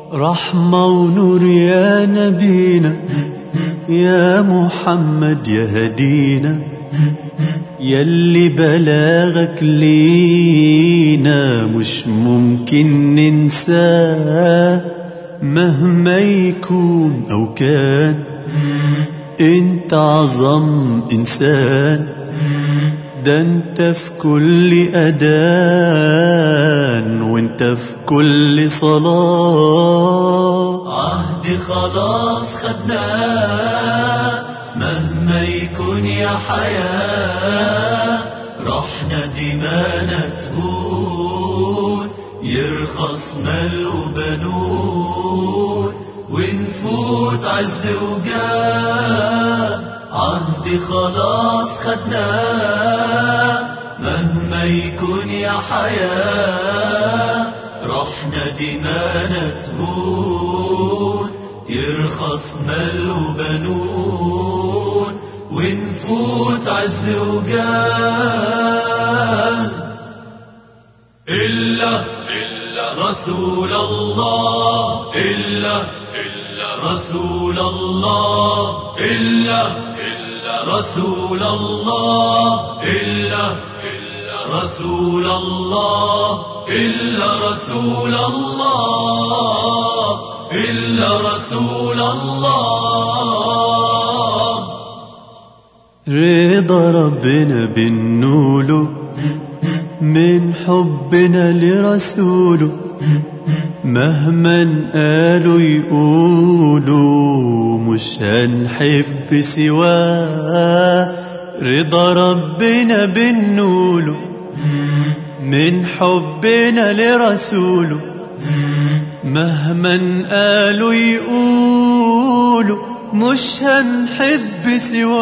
رحمة ونور يا نبينا، يا محمد يا هدينا، يلي بلاغك لينا مش ممكن ننساه مهما يكون أو كان. انت عظم إنسان، ده انت في كل أذان وانت في كل صلاة. عهد خلاص خدناه مهما يكون يا حياة، رحنا دمانا تهون، يرخص مال وبنون، ونفوت عز وجاه. عهد خلاص خدناه مهما يكون يا حياة، رحنا دمانا تهون، يرخص مال وبنون، ونفوت عز وجاه. إلا رسول الله، إلا رسول الله، إلا رسول الله، إلا رسول الله، إلا رسول الله، إلا رسول الله. رضا ربنا بنوله من حبنا لرسوله، مهما قالوا يقولوا مش هنحب سواه. رضا ربنا بنوله من حبنا لرسوله، مهما قالوا يقولوا مش هنحب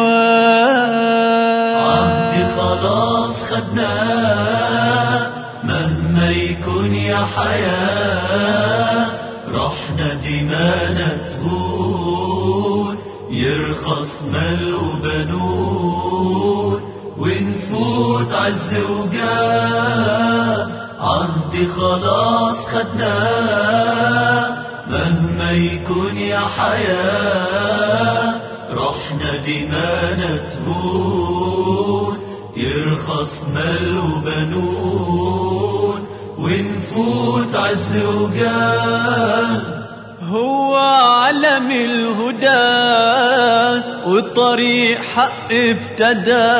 سواه. عهد خلاص خدناه مهما يكون يا حياة، رحنا دمانا تهون، يرخص مال وبنون، ونفوت عز وجاه. عهد خلاص خدناه مهما يكون يا حياة، رحنا دمانا تهون، يرخص مال وبنون، ونفوت عز وجاه. هو علم الهدى والطريق حق ابتدى،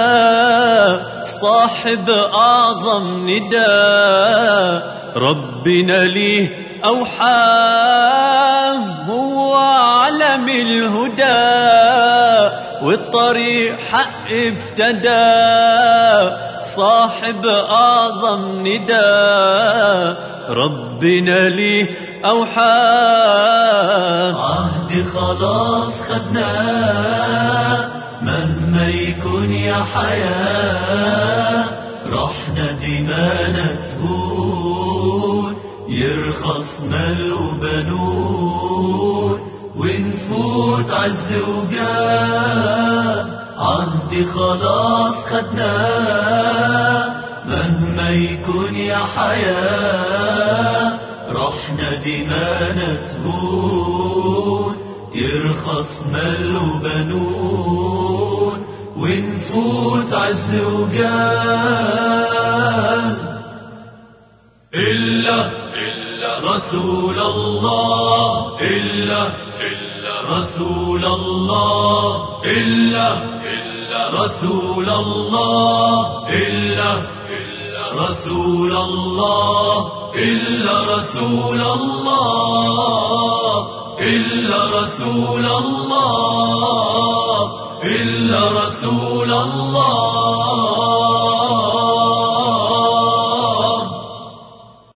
صاحب أعظم ندى ربنا ليه أوحاه. هو علم الهدى والطريق حق ابتدى، صاحب أعظم ندى ربنا ليه أوحاه. عهد خلاص خدناه مهما يكون يا حياة، رحنا دمانا تهون، يرخص مال وبنون، ونفوت عز وجاه. عهد خلاص خدناه مهما يكون يا حياة، رحنا دمانا تهون، يرخص مال وبنون، ونفوت عز وجاه. إلا رسول الله، إلا رسول الله، إلا رسول الله، إلا رسول الله، إلا رسول الله، إلا رسول الله، إلا رسول الله.